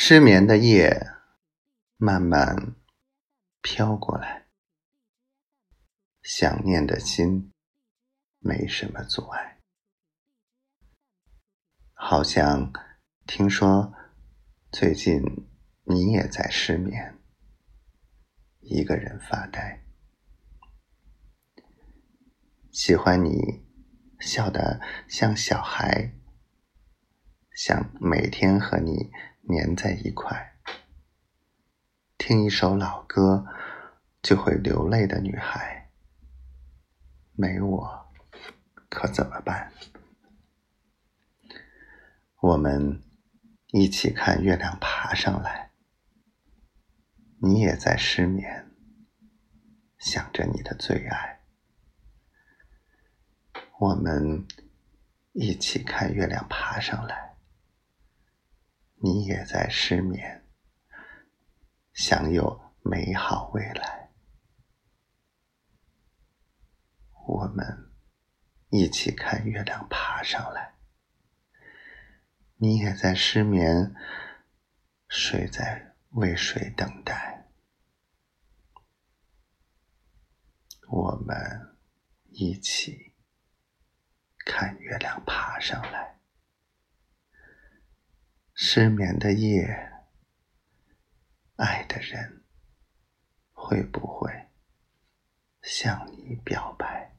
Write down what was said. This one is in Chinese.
失眠的夜慢慢飘过来，想念的心没什么阻碍。好像听说最近你也在失眠，一个人发呆。喜欢你笑得像小孩，想每天和你黏在一块，听一首老歌就会流泪的女孩，没我可怎么办？我们一起看月亮爬上来，你也在失眠，想着你的最爱。我们一起看月亮爬上来，你也在失眠，想有美好未来。我们一起看月亮爬上来，你也在失眠，水在为水等待。我们一起看月亮爬上来。失眠的夜，爱的人会不会向你表白？